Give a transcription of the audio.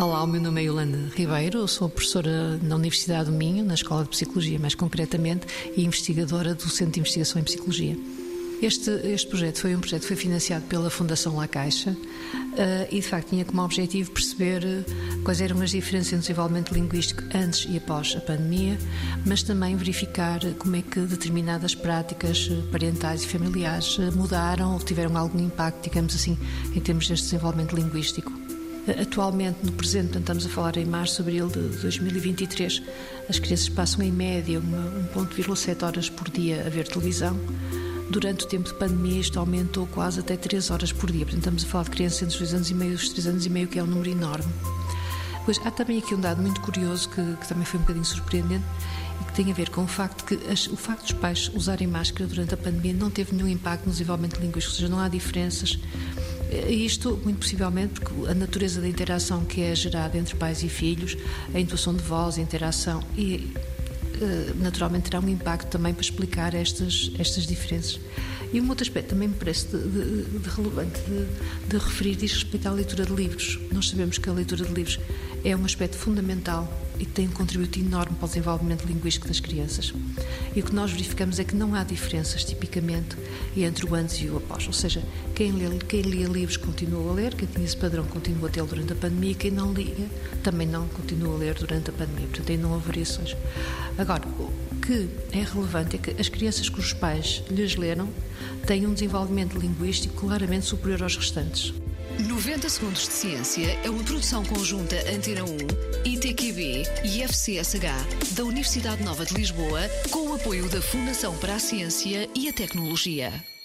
Olá, o meu nome é Yolanda Ribeiro, eu sou professora na Universidade do Minho, na Escola de Psicologia mais concretamente, e investigadora do Centro de Investigação em Psicologia. Este projeto foi um projeto que foi financiado pela Fundação La Caixa e de facto tinha como objetivo perceber quais eram as diferenças no desenvolvimento linguístico antes e após a pandemia, mas também verificar como é que determinadas práticas parentais e familiares mudaram ou tiveram algum impacto, digamos assim, em termos deste desenvolvimento linguístico. Atualmente, no presente, estamos a falar em março, abril de 2023, as crianças passam em média 1,7 horas por dia a ver televisão. Durante o tempo de pandemia isto aumentou quase até 3 horas por dia. Portanto, estamos a falar de crianças entre os 2 anos e meio e os 3 anos e meio, que é um número enorme. Pois há também aqui um dado muito curioso que também foi um bocadinho surpreendente e que tem a ver com o facto dos pais usarem máscara durante a pandemia não teve nenhum impacto no desenvolvimento linguístico, ou seja, não há diferenças. E isto, muito possivelmente, porque a natureza da interação que é gerada entre pais e filhos, a intuação de voz, a interação e naturalmente terá um impacto também para explicar estas diferenças. E um outro aspecto também me parece de relevante de referir diz respeito à leitura de livros. Nós sabemos que a leitura de livros é um aspecto fundamental e tem um contributo enorme para o desenvolvimento linguístico das crianças. E o que nós verificamos é que não há diferenças, tipicamente, entre o antes e o após. Ou seja, quem lia livros continua a ler, quem tinha esse padrão continua a tê-lo durante a pandemia, quem não lia também não continua a ler durante a pandemia. Portanto, aí não há variações. Agora, o que é relevante é que as crianças cujos pais lhes leram têm um desenvolvimento linguístico claramente superior aos restantes. 90 Segundos de Ciência é uma produção conjunta Antena 1, ITQB e FCSH da Universidade Nova de Lisboa, com o apoio da Fundação para a Ciência e a Tecnologia.